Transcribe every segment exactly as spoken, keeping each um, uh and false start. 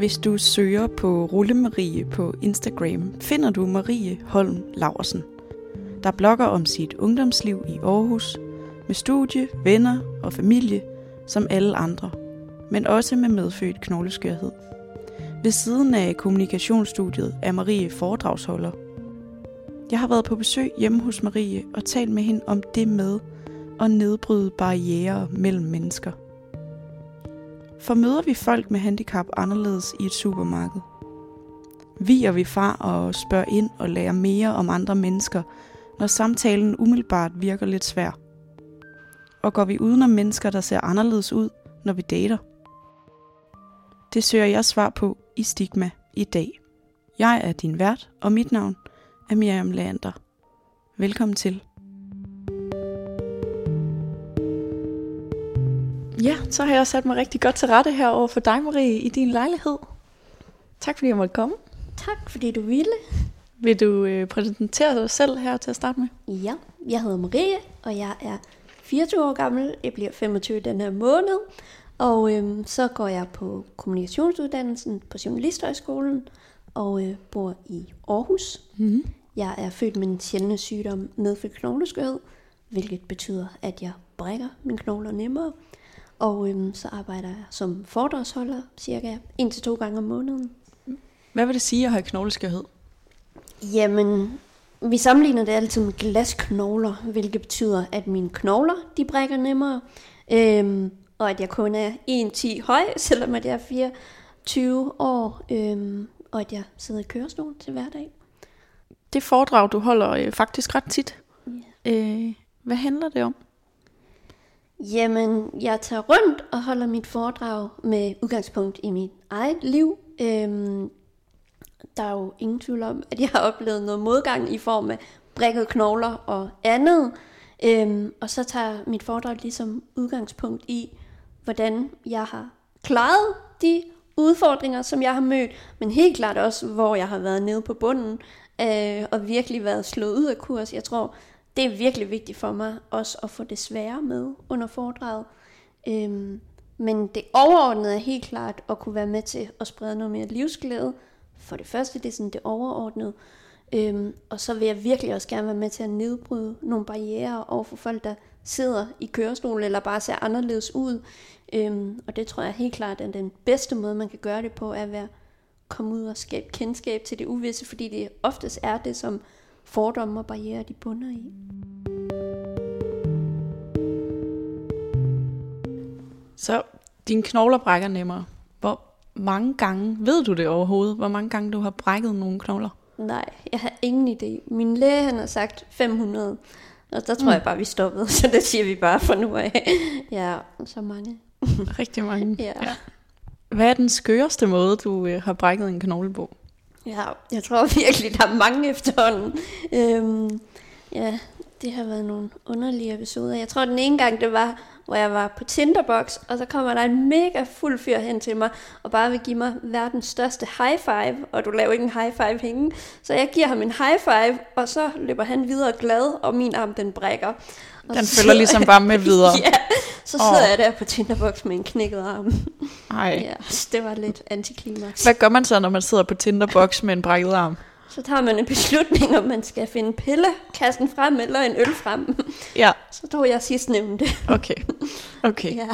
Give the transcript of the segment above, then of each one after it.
Hvis du søger på Rulle Marie på Instagram, finder du Marie Holm Laursen, der blogger om sit ungdomsliv i Aarhus, med studie, venner og familie, som alle andre, men også med medfødt knogleskørhed. Ved siden af kommunikationsstudiet er Marie foredragsholder. Jeg har været på besøg hjemme hos Marie og talt med hende om det med at nedbryde barrierer mellem mennesker. For møder vi folk med handicap anderledes i et supermarked? Viger vi fra og spørger ind og lærer mere om andre mennesker, når samtalen umiddelbart virker lidt svær? Og går vi udenom mennesker, der ser anderledes ud, når vi dater? Det søger jeg svar på i Stigma i dag. Jeg er din vært, og mit navn er Miriam Leander. Velkommen til. Ja, så har jeg sat mig rigtig godt til rette her over for dig, Marie, i din lejlighed. Tak fordi jeg måtte komme. Tak fordi du ville. Vil du øh, præsentere dig selv her til at starte med? Ja, jeg hedder Marie, og jeg er fireogtyve år gammel. Jeg bliver femogtyve den her måned. Og øhm, så går jeg på kommunikationsuddannelsen på Journalisthøjskolen og øh, bor i Aarhus. Mm-hmm. Jeg er født med en sjælden sygdom medfødt knogleskørhed, hvilket betyder, at jeg brækker mine knogler nemmere. Og øhm, så arbejder jeg som foredragsholder cirka en til to gange om måneden. Hvad vil det sige at have knogleskørhed? Jamen, vi sammenligner det altid med glasknogler, hvilket betyder, at mine knogler de brækker nemmere. Øhm, og at jeg kun er en komma ti høj, selvom at jeg er fireogtyve år, øhm, og at jeg sidder i kørestol til hverdag. Det foredrag, du holder øh, faktisk ret tit. Yeah. Øh, hvad handler det om? Jamen, jeg tager rundt og holder mit foredrag med udgangspunkt i mit eget liv. Øhm, der er jo ingen tvivl om, at jeg har oplevet noget modgang i form af brækkede knogler og andet. Øhm, og så tager mit foredrag ligesom udgangspunkt i, hvordan jeg har klaret de udfordringer, som jeg har mødt, men helt klart også, hvor jeg har været nede på bunden øh, og virkelig været slået ud af kurs. Jeg tror, det er virkelig vigtigt for mig også at få det svære med under foredraget. Øhm, men det overordnede er helt klart at kunne være med til at sprede noget mere livsglæde. For det første, det er sådan det overordnede. Øhm, og så vil jeg virkelig også gerne være med til at nedbryde nogle barrierer over for folk, der sidder i kørestol eller bare ser anderledes ud. Øhm, og det tror jeg helt klart, at den bedste måde, man kan gøre det på, er at være, komme ud og skabe kendskab til det uvisse, fordi det oftest er det, som fordomme og barrierer, de bunder i. Så dine knogler brækker nemmere. Hvor mange gange, ved du det overhovedet, hvor mange gange du har brækket nogle knogler? Nej, jeg har ingen idé. Min læge, han har sagt fem hundrede, og der tror mm. jeg bare, vi stoppede, så det siger vi bare for nu af. Ja, så mange. Rigtig mange. Ja. Ja. Hvad er den skøreste måde, du øh, har brækket en knogle på? Ja, jeg tror virkelig, der er mange efterhånden. Øhm, ja, det har været nogle underlige episoder. Jeg tror, den ene gang, det var, hvor jeg var på Tinderbox, og så kommer der en mega fuld fyr hen til mig, og bare vil give mig verdens største high five, og du laver ikke en high five hænge. Så jeg giver ham en high five, og så løber han videre glad, og min arm, den brækker. Og den følger ligesom bare med videre. Ja, så sidder oh. jeg der på Tinderbox med en knækket arm. Ej. Ja, det var lidt antiklimaks. Hvad gør man så, når man sidder på Tinderbox med en brækket arm? Så tager man en beslutning, om man skal finde pillekassen frem eller en øl frem. Ja. Så tog jeg sidstnævnte. Okay. Okay. Ja.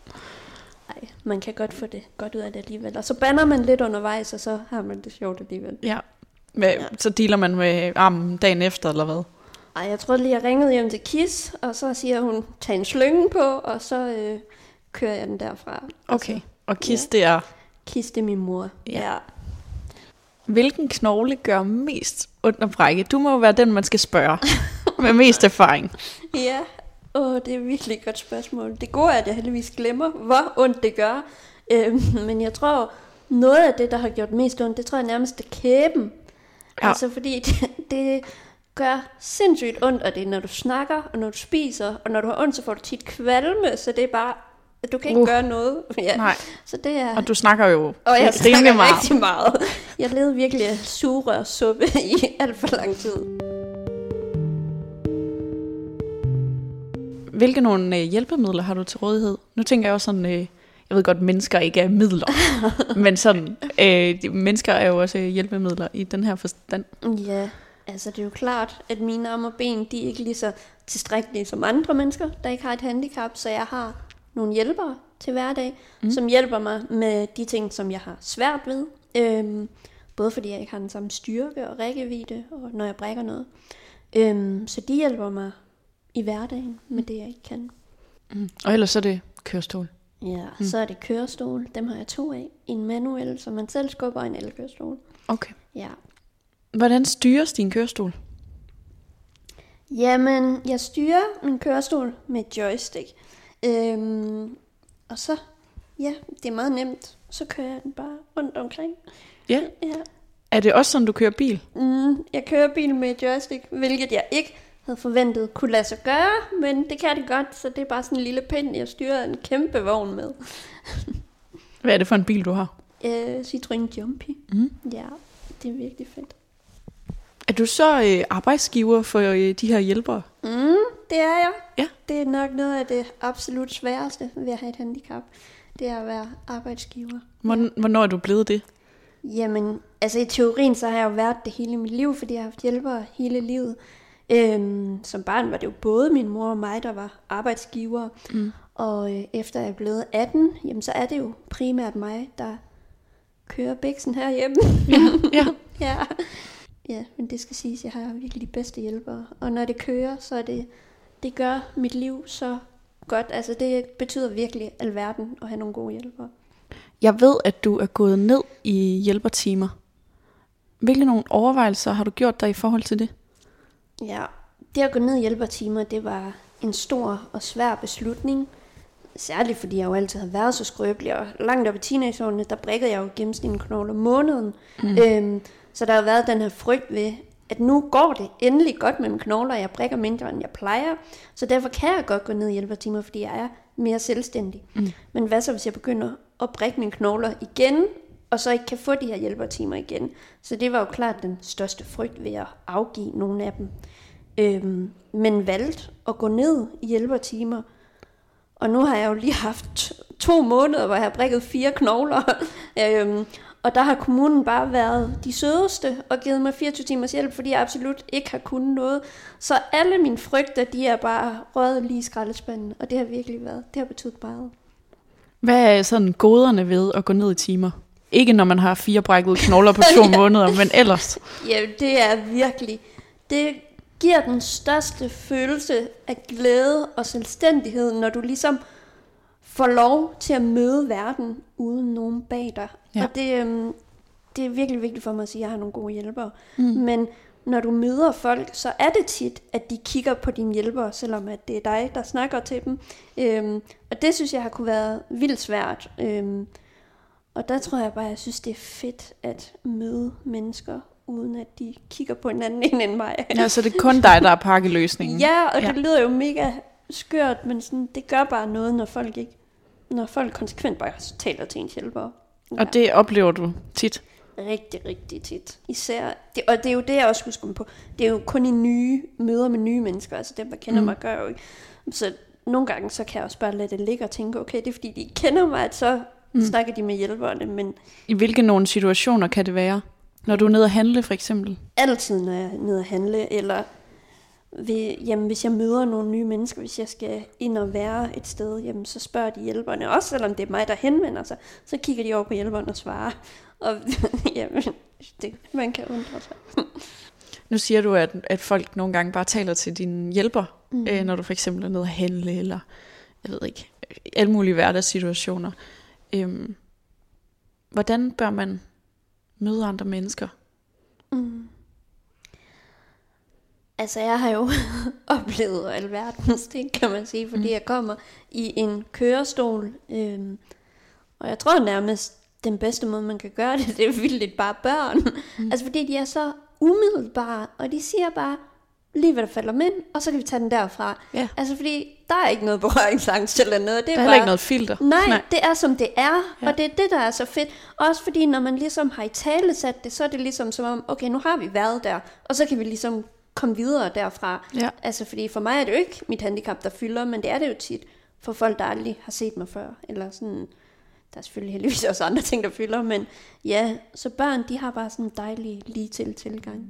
Ej, man kan godt få det godt ud af det alligevel. Og så bander man lidt undervejs, og så har man det sjovt alligevel. Ja. Men, ja. Så dealer man med armen dagen efter, eller hvad? Ej, jeg tror lige, jeg ringede hjem til Kis, og så siger hun, tag en slynge på, og så øh, kører jeg den derfra. Okay, altså, og Kis, ja. det er? Kis, det er min mor. Ja. Ja. Hvilken knogle gør mest ondt at brække? Du må jo være den, man skal spørge, med mest erfaring. Ja, åh, det er virkelig et godt spørgsmål. Det gode er, at jeg heldigvis glemmer, hvor ondt det gør. Øhm, men jeg tror, noget af det, der har gjort mest ondt, det tror jeg nærmest er kæben. Ja. Altså, fordi det, det gør sindssygt ondt, og det er, når du snakker, og når du spiser, og når du har ondt, så får du tit kvalme, så det er bare, du kan ikke uh, gøre noget. Ja. Nej, så det er, og du snakker jo og jeg snakker meget. rigtig meget. Jeg levede virkelig af sugerørssuppe i alt for lang tid. Hvilke nogle øh, hjælpemidler har du til rådighed? Nu tænker jeg også sådan, øh, jeg ved godt, mennesker ikke er midler, men sådan, øh, de, mennesker er jo også hjælpemidler i den her forstand. Ja, altså det er jo klart, at mine arme og ben, de er ikke lige så tilstrækkelige som andre mennesker, der ikke har et handicap, så jeg har nogle hjælpere til hverdag, mm. som hjælper mig med de ting, som jeg har svært ved. Øhm, både fordi jeg ikke har den samme styrke og rækkevidde, og når jeg brækker noget. Øhm, så de hjælper mig i hverdagen med det, jeg ikke kan. Mm. Og ellers så er det kørestol. Ja, mm. så er det kørestol. Dem har jeg to af. En manuel, som man selv skubber, og en elkørestol. Okay. Ja. Hvordan styres din kørestol? Jamen, jeg styrer min kørestol med joystick. Øhm, og så, ja, det er meget nemt. Så kører jeg den bare rundt omkring. Ja. Ja. Er det også sådan, du kører bil? Mm, jeg kører bil med joystick, hvilket jeg ikke havde forventet kunne lade sig gøre, men det kan det godt, så det er bare sådan en lille pind, jeg styrer en kæmpe vogn med. Hvad er det for en bil, du har? Øh, Citroën Jumpy. Mm. Ja, det er virkelig fedt. Er du så øh, arbejdsgiver for øh, de her hjælpere? Mm, det er jeg. Ja. Det er nok noget af det absolut sværeste ved at have et handicap. Det er at være arbejdsgiver. Hvorn- Hvornår er du blevet det? Jamen, altså i teorien, så har jeg jo været det hele mit liv, fordi jeg har haft hjælpere hele livet. Øhm, som barn var det jo både min mor og mig, der var arbejdsgiver. Mm. Og øh, efter jeg er blevet atten, jamen, så er det jo primært mig, der kører biksen herhjemme. Ja, ja. ja. Ja, men det skal siges, jeg har virkelig de bedste hjælpere. Og når det kører, så er det, det gør mit liv så godt. Altså det betyder virkelig alverden at have nogle gode hjælpere. Jeg ved, at du er gået ned i hjælpertimer. Hvilke nogle overvejelser har du gjort dig i forhold til det? Ja, det at gå ned i hjælpertimer, det var en stor og svær beslutning. Særligt fordi jeg jo altid har været så skrøbelig, og langt op i teenageårene, der brækkede jeg jo gennemsnit en knogle om måneden. Mm. Øhm, så der har været den her frygt ved, at nu går det endelig godt med mine knogler, og jeg brækker mindre, end jeg plejer. Så derfor kan jeg godt gå ned i hjælpertimer, fordi jeg er mere selvstændig. Mm. Men hvad så, hvis jeg begynder at brække mine knogler igen, og så ikke kan få de her hjælpertimer igen? Så det var jo klart den største frygt ved at afgive nogle af dem. Øhm, men valgte at gå ned i hjælpertimer. Og nu har jeg jo lige haft to måneder, hvor jeg har brækket fire knogler. øhm, og der har kommunen bare været de sødeste og givet mig fireogtyve timers hjælp, fordi jeg absolut ikke har kunnet noget. Så alle mine frygter, de er bare røget lige i skraldespanden. Og det har virkelig været, det har betydet meget. Hvad er sådan goderne ved at gå ned i timer? Ikke når man har fire brækkede knogler på to ja. måneder, men ellers. Ja, det er virkelig. Det giver den største følelse af glæde og selvstændighed, når du ligesom får lov til at møde verden uden nogen bag dig. Ja. Og det, øhm, det er virkelig vigtigt for mig at sige, at jeg har nogle gode hjælpere. Mm. Men når du møder folk, så er det tit, at de kigger på dine hjælpere, selvom at det er dig, der snakker til dem. Øhm, og det synes jeg har kunne være vildt svært. Øhm, og der tror jeg bare, at jeg synes, det er fedt at møde mennesker, uden at de kigger på hinanden end mig. Ja, så det er kun dig, der er pakkeløsningen. Ja, og ja. Det lyder jo mega skørt, men sådan, det gør bare noget, når folk ikke, når folk konsekvent bare taler til ens hjælpere. Ja. Og det oplever du tit? Rigtig, rigtig tit. Især, det, og det er jo det, jeg også husker på. Det er jo kun i nye møder med nye mennesker, altså dem, der kender mm. mig, gør jo ikke. Så nogle gange, så kan jeg også bare lade det ligge og tænke, okay, det er fordi, de kender mig, at så mm. snakker de med hjælperne. Men i hvilke nogle situationer kan det være? Når du er nede at handle, for eksempel? Altid, når jeg er nede at handle, eller ved, jamen, hvis jeg møder nogle nye mennesker, hvis jeg skal ind og være et sted, jamen, så spørger de hjælperne, også selvom det er mig, der henvender sig, så kigger de over på hjælperne og svarer. Og jamen, det, man kan undre sig. Nu siger du, at, at folk nogle gange bare taler til dine hjælper, mm. øh, når du for eksempel er nede at handle, eller jeg ved ikke, alle mulige hverdagssituationer. Øhm, hvordan bør man møde andre mennesker? Mm. Altså jeg har jo oplevet alverdens ting, kan man sige, fordi mm. jeg kommer i en kørestol, øhm, og jeg tror nærmest den bedste måde man kan gøre det, det er vildt bare børn. Mm. Altså fordi de er så umiddelbare, og de siger bare lige hvad der falder med, og så kan vi tage den derfra. Yeah. Altså fordi der er ikke noget berøringsangst eller noget. Det er der er bare, ikke noget filter. Nej, nej, det er som det er, ja. Og det er det, der er så fedt. Også fordi når man ligesom har i tale sat det, så er det ligesom som om, okay, nu har vi været der, og så kan vi ligesom komme videre derfra. Ja. Altså fordi for mig er det jo ikke mit handicap, der fylder, men det er det jo tit for folk, der aldrig har set mig før, eller sådan Der er selvfølgelig heldigvis også andre ting, der fylder, men ja, så børn, de har bare sådan en dejlig lige til tilgang.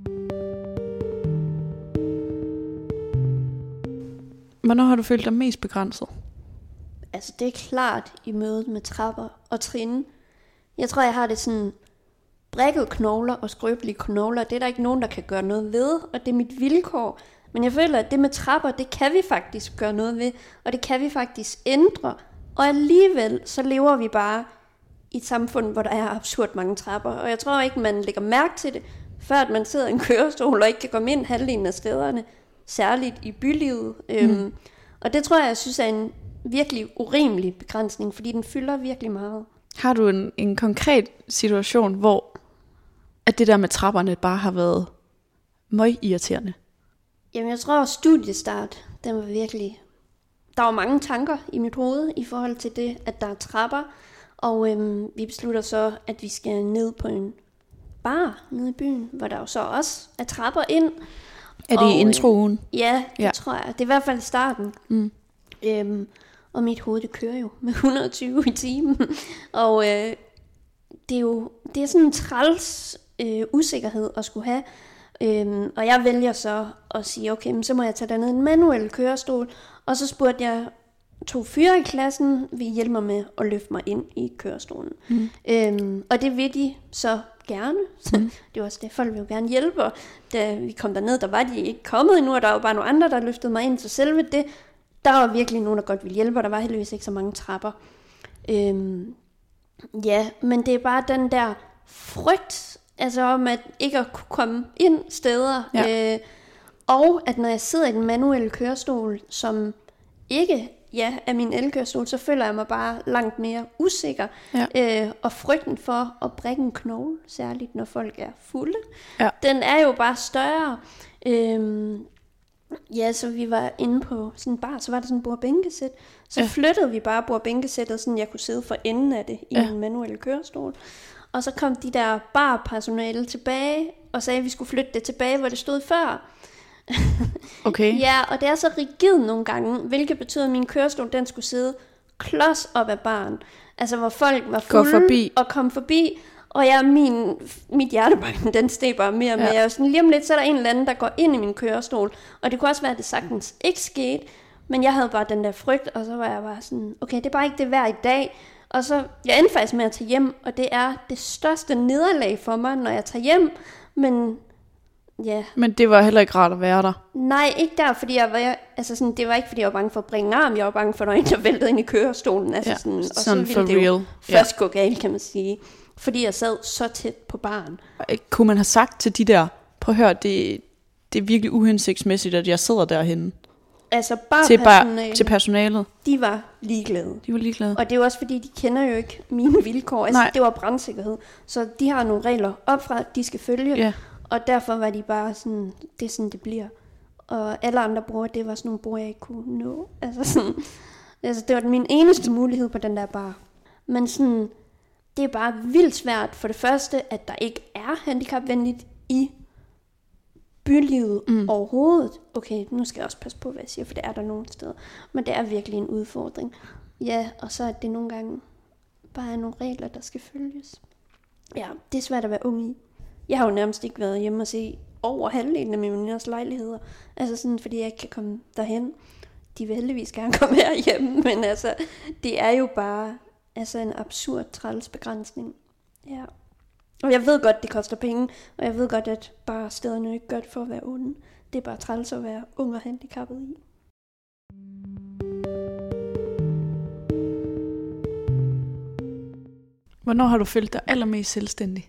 Hvornår har du følt dig mest begrænset? Altså det er klart i mødet med trapper og trin. Jeg tror, jeg har det sådan, brækket knogler og skrøbelige knogler, det er der ikke nogen, der kan gøre noget ved, og det er mit vilkår. Men jeg føler, at det med trapper, det kan vi faktisk gøre noget ved, og det kan vi faktisk ændre. Og alligevel, så lever vi bare i et samfund, hvor der er absurd mange trapper. Og jeg tror ikke, man lægger mærke til det, før at man sidder i en kørestol og ikke kan komme ind halvdelen af stederne, særligt i bylivet. Mm. Øhm, og det tror jeg, jeg synes er en virkelig urimelig begrænsning, fordi den fylder virkelig meget. Har du en, en konkret situation, hvor at det der med trapperne bare har været møg irriterende? Jamen jeg tror, at studiestart, den var virkelig... Der var mange tanker i mit hoved i forhold til det, at der er trapper. Og øhm, vi beslutter så, at vi skal ned på en bar nede i byen, hvor der jo så også er trapper ind. Er det i introen? Øh, ja, det ja. tror jeg. Det er i hvert fald starten. Mm. Øhm, og mit hoved, det kører jo med et hundrede og tyve i timen. og øh, det er jo det er sådan en træls øh, usikkerhed at skulle have. Øhm, og jeg vælger så at sige, okay, men så må jeg tage derned en manuel kørestol. Og så spurgte jeg to fyre i klassen, vi hjælper med at løfte mig ind i kørestolen. Mm. Øhm, og det vil de så gerne. Mm. Det var også det, folk ville jo gerne hjælpe. Og da vi kom derned, der var de ikke kommet endnu, og der var bare nogle andre, der løftede mig ind. Så selve det, der var virkelig nogen, der godt ville hjælpe, og der var heldigvis ikke så mange trapper. Øhm, ja, men det er bare den der frygt, altså om at ikke at kunne komme ind steder. Ja. Øh, og at når jeg sidder i den manuelle kørestol, som ikke ja, er min elkørestol, så føler jeg mig bare langt mere usikker. Ja. Øh, og frygten for at brække en knogle, særligt når folk er fulde, ja. den er jo bare større. Øhm, ja, så vi var inde på sådan en bar, så var der sådan en bord-bænkesæt. Så ja. flyttede vi bare bord-bænkesættet, sådan jeg kunne sidde for enden af det i ja. en manuelle kørestol. Og så kom de der barpersonale tilbage og sagde, at vi skulle flytte det tilbage, hvor det stod før. Okay. Ja, og det er så rigidt nogle gange, hvilket betyder, at min kørestol, den skulle sidde klods op ad baren. Altså, hvor folk var fulde forbi. og kom forbi. Og jeg, min, mit hjertebanken, den steg bare mere og mere. Ja. Jeg sådan, lige om lidt, så er der en eller anden, der går ind i min kørestol. Og det kunne også være, at det sagtens ikke skete. Men jeg havde bare den der frygt, og så var jeg bare sådan, okay, det er bare ikke det værd i dag. Og så, jeg endte faktisk med at tage hjem, og det er det største nederlag for mig, når jeg tager hjem. Men ja. Men det var heller ikke rart at være der. Nej, ikke der, fordi jeg var, altså sådan, det var ikke fordi jeg var bange for at bringe arm, jeg var bange for, at der var en, der væltede ind i kørestolen. Altså ja, sådan, og sådan så for ville det real. jo først ja. gå galt, kan man sige. Fordi jeg sad så tæt på baren. Kunne man have sagt til de der, prøv at høre, det, det er virkelig uhensigtsmæssigt, at jeg sidder derhenne? Altså bare til, bar, til personalet? De var ligeglade. De var ligeglade. Og det er jo også fordi, de kender jo ikke mine vilkår. Altså, det var brandsikkerhed. Så de har nogle regler opfra, de skal følge. Ja. Og derfor var de bare sådan, det er sådan, det bliver. Og alle andre brugere, det var sådan nogle brugere, jeg ikke kunne nå. Altså sådan, altså det var min eneste mulighed på den der bar. Men sådan, det er bare vildt svært for det første, at der ikke er handicapvenligt i bylivet mm. overhovedet. Okay, nu skal jeg også passe på, hvad jeg siger, for det er der nogle steder. Men det er virkelig en udfordring. Ja, og så er det nogle gange bare nogle regler, der skal følges. Ja, det er svært at være ung i. Jeg har jo nærmest ikke været hjemme og se over halvdelen af mine veninders lejligheder. Altså sådan, fordi jeg ikke kan komme derhen. De vil heldigvis gerne komme herhjemme, men altså, det er jo bare altså en absurd træls begrænsning. Ja. Og jeg ved godt, det koster penge, og jeg ved godt, at bare stederne ikke gør det for at være onde. Det er bare træls at være ung og handicappet i. Hvornår har du følt dig allermest selvstændig?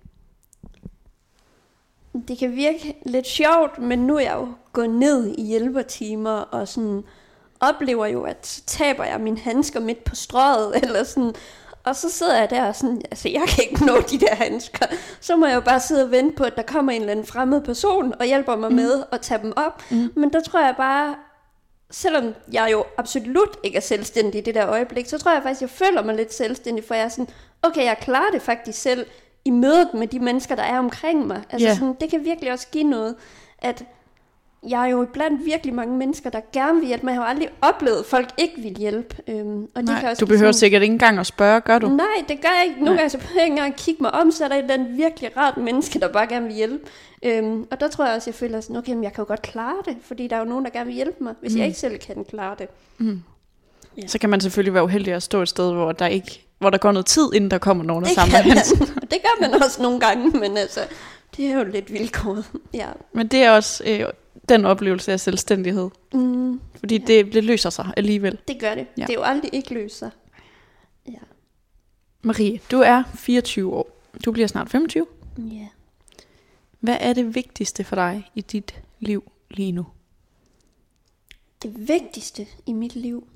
Det kan virke lidt sjovt, men nu er jeg jo gået ned i hjælpertimer og sådan oplever jo, at så taber jeg mine handsker midt på strøget, eller sådan, og så sidder jeg der og sådan, altså jeg kan ikke nå de der handsker, så må jeg jo bare sidde og vente på, at der kommer en eller anden fremmed person og hjælper mig mm. med at tage dem op. Mm. Men der tror jeg bare, selvom jeg jo absolut ikke er selvstændig i det der øjeblik, så tror jeg faktisk, jeg føler mig lidt selvstændig, for jeg er sådan, okay, jeg klarer det faktisk selv i mødet med de mennesker, der er omkring mig. Altså yeah. sådan, det kan virkelig også give noget, at jeg er jo blandt virkelig mange mennesker, der gerne vil hjælpe, men jeg har jo aldrig oplevet, at folk ikke vil hjælpe. Øhm, og det Nej, kan også du behøver sådan, sikkert ikke engang at spørge, gør du? Nej, det gør jeg ikke. Nogle gange så behøver jeg ikke engang at kigge mig om, så er der den virkelig rart menneske, der bare gerne vil hjælpe. Øhm, og der tror jeg også, jeg føler sådan, okay, men jeg kan jo godt klare det, fordi der er jo nogen, der gerne vil hjælpe mig, hvis mm. jeg ikke selv kan klare det. Mm. Ja. Så kan man selvfølgelig være uheldig at stå et sted, hvor der ikke, hvor der går noget tid, inden der kommer nogen og samler hansen. Det gør man også nogle gange, men altså, det er jo lidt vilkåret. Ja. Men det er også øh, den oplevelse af selvstændighed. Mm. Fordi ja. det, det løser sig alligevel. Det gør det. Ja. Det er jo aldrig ikke løser. Ja. Marie, du er fireogtyve år. Du bliver snart femogtyve. Ja. Hvad er det vigtigste for dig i dit liv lige nu? Det vigtigste i mit liv?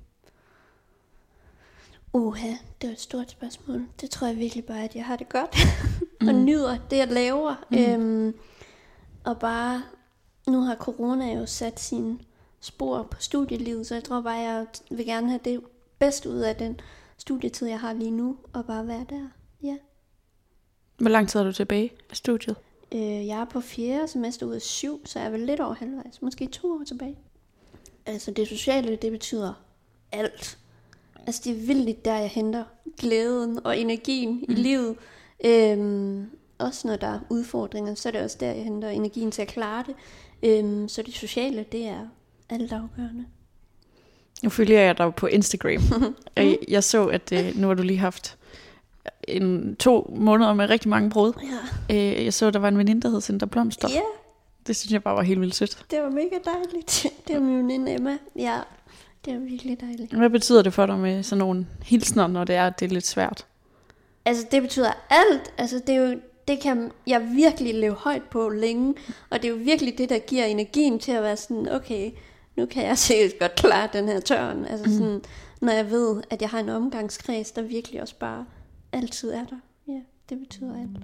Uha, det er et stort spørgsmål. Det tror jeg virkelig bare, at jeg har det godt. Mm. og nyder det, jeg laver. Mm. Øhm, og bare, nu har corona jo sat sine spor på studielivet, så jeg tror bare, jeg vil gerne have det bedste ud af den studietid, jeg har lige nu, og bare være der. Ja. Hvor lang tid er du tilbage af studiet? Øh, jeg er på fjerde semester ud af syv, så jeg er vel lidt over halvvejs. Måske to år tilbage. Altså det sociale, det betyder alt. Altså det er vildt der, jeg henter glæden og energien mm. i livet. Øhm, også når der er udfordringer, så er det også der, jeg henter energien til at klare det. Øhm, så det sociale, det er altafgørende. Nu følger jeg dig på Instagram. jeg, jeg så, at øh, nu har du lige haft en, to måneder med rigtig mange brud. Ja. Øh, jeg så, at der var en veninde, der hed Center Blomster. Ja. Det synes jeg bare var helt vildt sødt. Det var mega dejligt. Det var min veninde Emma. Ja, det var virkelig dejligt. Hvad betyder det for dig med sådan nogle hilsner, når det er, det er lidt svært? Altså det betyder alt. Altså det er jo, det kan jeg virkelig leve højt på længe. Og det er jo virkelig det, der giver energien til at være sådan, okay, nu kan jeg sikkert godt klare den her tørn. Altså mm. sådan, når jeg ved, at jeg har en omgangskreds, der virkelig også bare altid er der. Ja, det betyder alt.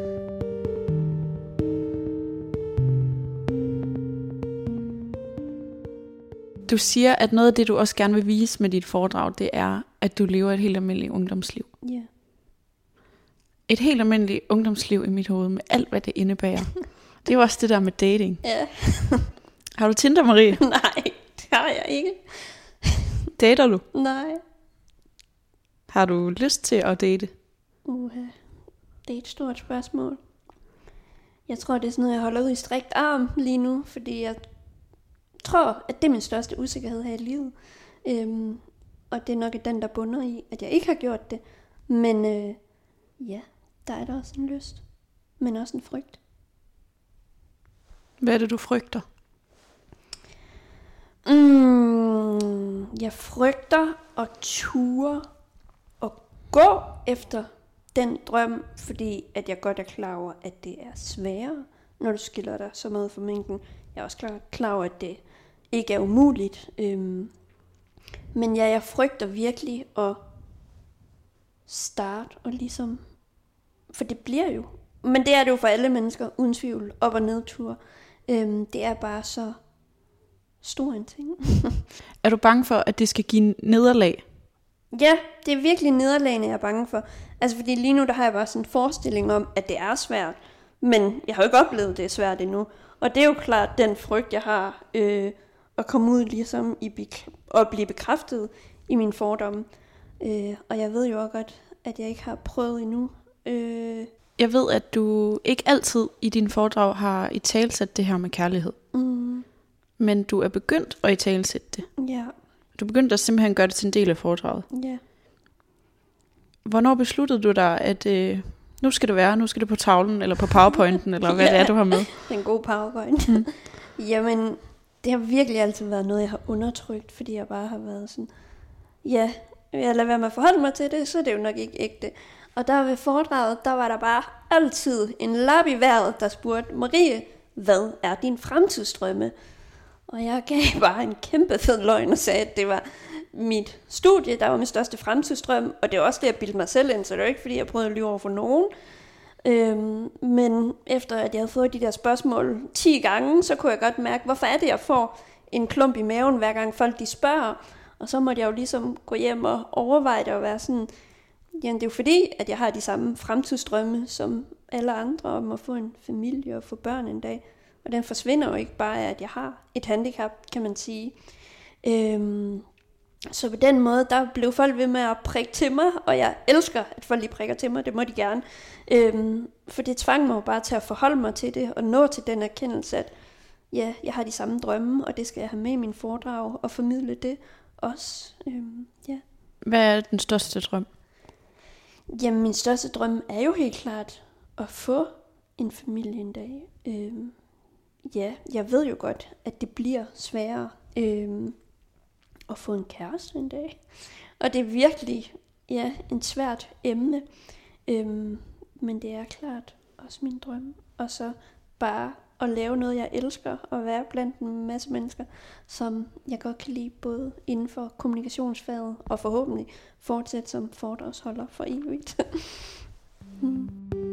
Du siger, at noget af det, du også gerne vil vise med dit foredrag, det er, at du lever et helt almindeligt ungdomsliv. Ja. Yeah. Et helt almindeligt ungdomsliv i mit hoved, med alt, hvad det indebærer. Det er jo også det der med dating. Ja. Har du Tinder, Marie? Nej, det har jeg ikke. Dater du? Nej. Har du lyst til at date? Uha, det er et stort spørgsmål. Jeg tror, det er sådan noget, jeg holder ud i strikt arm lige nu, fordi jeg tror, at det er min største usikkerhed her i livet. Øhm, og det er nok den, der bunder i, at jeg ikke har gjort det. Men øh, ja, der er der også en lyst, men også en frygt. Hvad er det, du frygter? Mm, jeg frygter at ture og gå efter den drøm, fordi at jeg godt er klar over, at det er sværere, når du skiller dig så meget fra mængden. Jeg er også klar, klar over, at det ikke er umuligt. Øhm, men ja, jeg frygter virkelig at starte og ligesom, for det bliver jo, men det er det jo for alle mennesker, uden tvivl, op- og nedture. Øhm, det er bare så stor en ting. Er du bange for, at det skal give nederlag? Ja, det er virkelig nederlagene, jeg er bange for. Altså fordi lige nu, der har jeg bare sådan en forestilling om, at det er svært. Men jeg har jo ikke oplevet, at det er svært endnu. Og det er jo klart den frygt, jeg har, øh, at komme ud ligesom i bek- og blive bekræftet i mine fordomme. Øh, og jeg ved jo også godt, at jeg ikke har prøvet endnu. Øh. Jeg ved, at du ikke altid i din foredrag har italesat det her med kærlighed. Mm. Men du er begyndt at italesætte det. Ja. Du er begyndt at simpelthen gøre det til en del af foredraget. Ja. Hvornår besluttede du dig, at øh, nu skal det være, nu skal det på tavlen, eller på powerpointen, eller hvad ja, det er, du har med? Den gode powerpoint. Mm. Jamen, det har virkelig altid været noget, jeg har undertrykt, fordi jeg bare har været sådan, ja, jeg lader være med at forholde mig til det, så er det jo nok ikke ægte. Og der ved foredraget, der var der bare altid en lap i vejret, der spurgte, Marie, hvad er din fremtidsdrømme? Og jeg gav bare en kæmpe fed løgn og sagde, at det var mit studie, der var min største fremtidsdrøm. Og det er også det, jeg bildte mig selv ind, så det er jo ikke, fordi jeg prøvede at lyve over for nogen. Øhm, men efter at jeg havde fået de der spørgsmål ti gange, så kunne jeg godt mærke, hvorfor er det, jeg får en klump i maven, hver gang folk de spørger. Og så måtte jeg jo ligesom gå hjem og overveje det og være sådan, jamen det er jo fordi, at jeg har de samme fremtidsdrømme som alle andre om at få en familie og få børn en dag. Og Og den forsvinder jo ikke bare af, at jeg har et handicap, kan man sige. Øhm, så på den måde, der blev folk ved med at prikke til mig, og jeg elsker, at folk lige prikker til mig, det må de gerne. Øhm, for det tvang mig jo bare til at forholde mig til det, og nå til den erkendelse, at ja, jeg har de samme drømme, og det skal jeg have med i min foredrag, og formidle det også. Øhm, ja. Hvad er den største drøm? Jamen, min største drøm er jo helt klart at få en familie en dag. Øhm, ja, jeg ved jo godt, at det bliver sværere øhm, at få en kæreste en dag. Og det er virkelig ja, en svært emne. Øhm, men det er klart også min drøm. Og så bare at lave noget, jeg elsker, og være blandt en masse mennesker, som jeg godt kan lide, både inden for kommunikationsfaget, og forhåbentlig fortsætte som foredragsholder for evigt. hmm.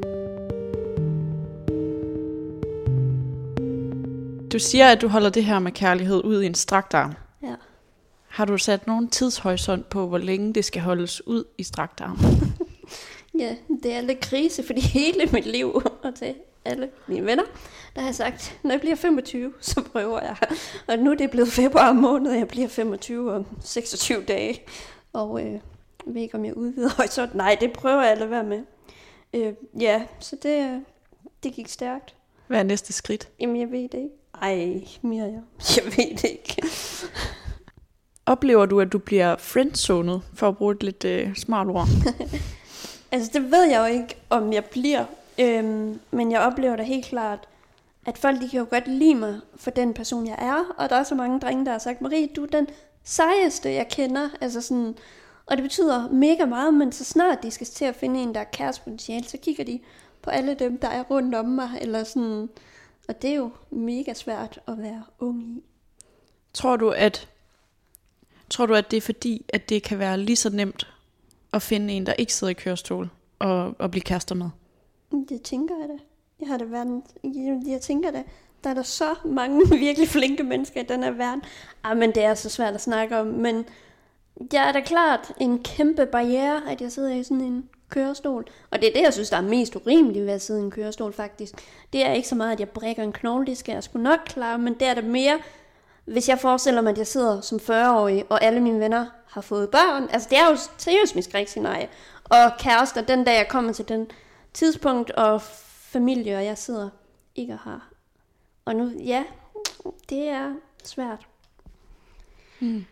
Du siger, at du holder det her med kærlighed ud i en strakt arm. Ja. Har du sat nogen tidshorisont på, hvor længe det skal holdes ud i strakt arm? Ja, det er lidt krise, fordi hele mit liv, og til alle mine venner, der har jeg sagt, når jeg bliver femogtyve, så prøver jeg. Og nu er det blevet februar måned, og jeg bliver femogtyve om seksogtyve dage. Og øh, jeg ved ikke, om jeg udvider horisont. Nej, det prøver jeg at lade være med. Øh, ja, så det, det gik stærkt. Hvad er næste skridt? Jamen, jeg ved det ikke. Ej, Mirja, jeg ved det ikke. Oplever du, at du bliver friendzonet, for at bruge et lidt øh, smart ord? Altså, det ved jeg jo ikke, om jeg bliver. Øhm, men jeg oplever da helt klart, at folk de kan jo godt lide mig for den person, jeg er. Og der er så mange drenge, der har sagt, Marie, du er den sejeste, jeg kender. Altså sådan, og det betyder mega meget, men så snart de skal til at finde en, der er kærestepotentiale, så kigger de på alle dem, der er rundt om mig. Eller sådan, og det er jo mega svært at være ung i. Tror du, at, tror du, at det er fordi, at det kan være lige så nemt at finde en, der ikke sidder i kørestol og, og blive kærester med? Det tænker jeg da. Jeg har da verden. Jeg, jeg tænker da, der er der så mange virkelig flinke mennesker i den her verden. Ah, men det er så svært at snakke om. Men jeg er da klart en kæmpe barriere, at jeg sidder i sådan en kørestol. Og det er det, jeg synes, der er mest urimeligt ved at sidde i en kørestol, faktisk. Det er ikke så meget, at jeg brækker en knogle, det skal jeg sgu nok klare, men det er det mere, hvis jeg forestiller mig, at jeg sidder som fyrre-årig, og alle mine venner har fået børn. Altså, det er jo seriøst mit skrækscenarie. Og kærester, den dag jeg kommer til den tidspunkt, og familie, og jeg sidder ikke og har. Og nu, ja, det er svært. Hmm.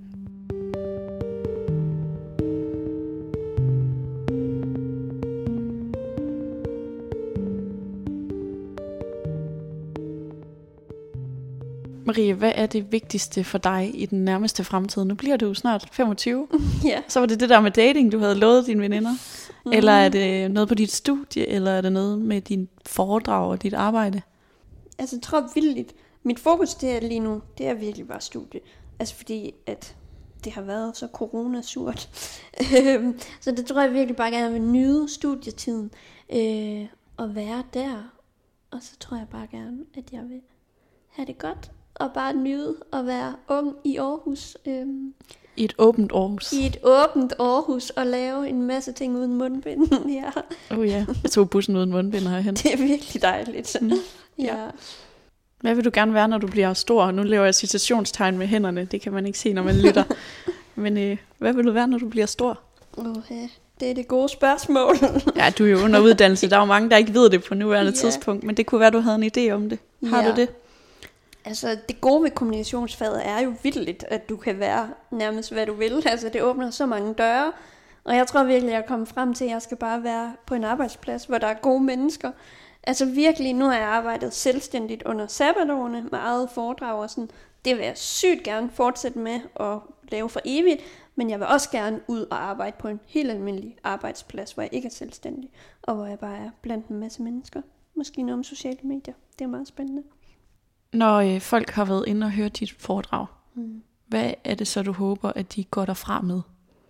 Marie, hvad er det vigtigste for dig i den nærmeste fremtid? Nu bliver du snart femogtyve. Ja. Så var det det der med dating, du havde lovet dine veninder? Mm. Eller er det noget på dit studie, eller er det noget med din foredrag og dit arbejde? Altså, jeg tror vildt, mit fokus det er lige nu, det er virkelig bare studie. Altså fordi, at det har været så coronasurt. Så det tror jeg virkelig bare gerne vil nyde studietiden. Øh, og være der. Og så tror jeg bare gerne, at jeg vil have det godt. Og bare nyde at være ung i Aarhus. Øhm, I et åbent Aarhus. I et åbent Aarhus og lave en masse ting uden mundbind. Ja. Oh ja, jeg tog bussen uden mundbind herhen. Det er virkelig dejligt. Mm. Ja. Hvad vil du gerne være, når du bliver stor? Nu laver jeg citationstegn med hænderne. Det kan man ikke se, når man lytter. Men øh, hvad vil du være, når du bliver stor? Okay. Det er det gode spørgsmål. Ja, du er jo under uddannelse. Der er jo mange, der ikke ved det på nuværende yeah. tidspunkt. Men det kunne være, du havde en idé om det. Har ja. du det? Altså, det gode ved kommunikationsfaget er jo vildt, at du kan være nærmest, hvad du vil. Altså, det åbner så mange døre. Og jeg tror virkelig, jeg er kommet frem til, at jeg skal bare være på en arbejdsplads, hvor der er gode mennesker. Altså virkelig, nu har jeg arbejdet selvstændigt under sabbatårene med eget foredrag og sådan. Det vil jeg sygt gerne fortsætte med at lave for evigt. Men jeg vil også gerne ud og arbejde på en helt almindelig arbejdsplads, hvor jeg ikke er selvstændig. Og hvor jeg bare er blandt en masse mennesker. Måske noget om sociale medier. Det er meget spændende. Når øh, folk har været inde og hørt dit foredrag, hmm. hvad er det så, du håber, at de går derfra med?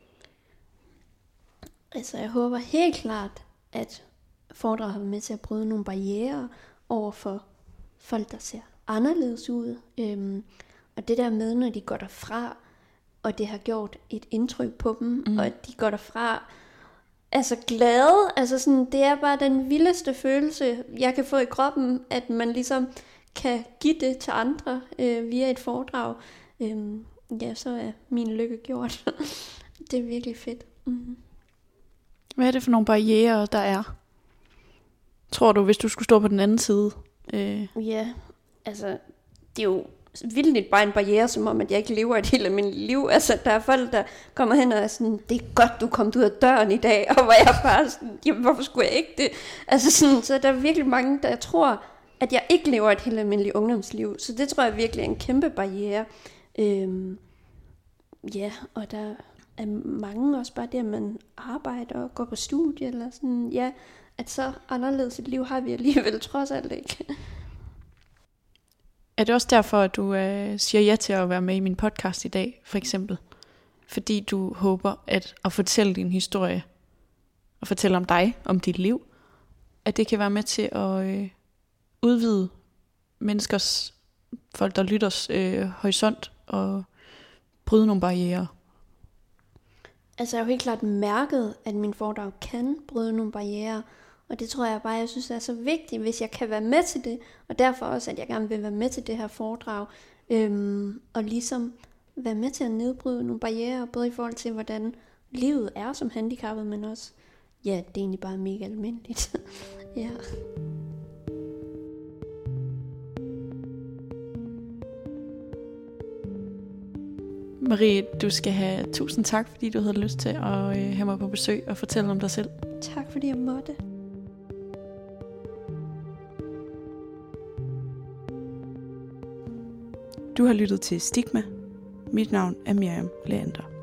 Altså, jeg håber helt klart, at foredraget har været med til at bryde nogle barrierer over for folk, der ser anderledes ud. Øhm, og det der med, når de går derfra, og det har gjort et indtryk på dem, mm. og at de går derfra altså glade. Altså sådan, det er bare den vildeste følelse, jeg kan få i kroppen, at man ligesom kan give det til andre øh, via et foredrag, øh, ja, så er min lykke gjort. Det er virkelig fedt. Mm. Hvad er det for nogle barrierer, der er? Tror du, hvis du skulle stå på den anden side? Øh... Ja, altså, det er jo vildt bare en barriere, som om, at jeg ikke lever et helt almindeligt liv. Altså, der er folk, der kommer hen og er sådan, det er godt, du kom ud af døren i dag, og hvor jeg bare sådan, jamen, hvorfor skulle jeg ikke det? Altså, sådan, så der er virkelig mange, der tror, at jeg ikke lever et helt almindeligt ungdomsliv. Så det tror jeg virkelig er en kæmpe barriere. Øhm, ja, og der er mange også bare det, at man arbejder og går på studie, eller sådan, ja, at så anderledes et liv har vi alligevel trods alt ikke. Er det også derfor, at du øh, siger ja til at være med i min podcast i dag, for eksempel? Fordi du håber at, at fortælle din historie, og fortælle om dig, om dit liv, at det kan være med til at øh, udvide menneskers, folk der lytters øh, horisont, og bryde nogle barrierer? Altså jeg har jo helt klart mærket, at min foredrag kan bryde nogle barrierer, og det tror jeg bare, jeg synes er så vigtigt, hvis jeg kan være med til det, og derfor også, at jeg gerne vil være med til det her foredrag, øhm, og ligesom være med til at nedbryde nogle barrierer, både i forhold til, hvordan livet er som handicappet, men også, ja, det er egentlig bare mega almindeligt. Ja. Marie, du skal have tusind tak, fordi du havde lyst til at øh, have mig på besøg og fortælle om dig selv. Tak fordi jeg måtte. Du har lyttet til Stigma. Mit navn er Miriam Leander.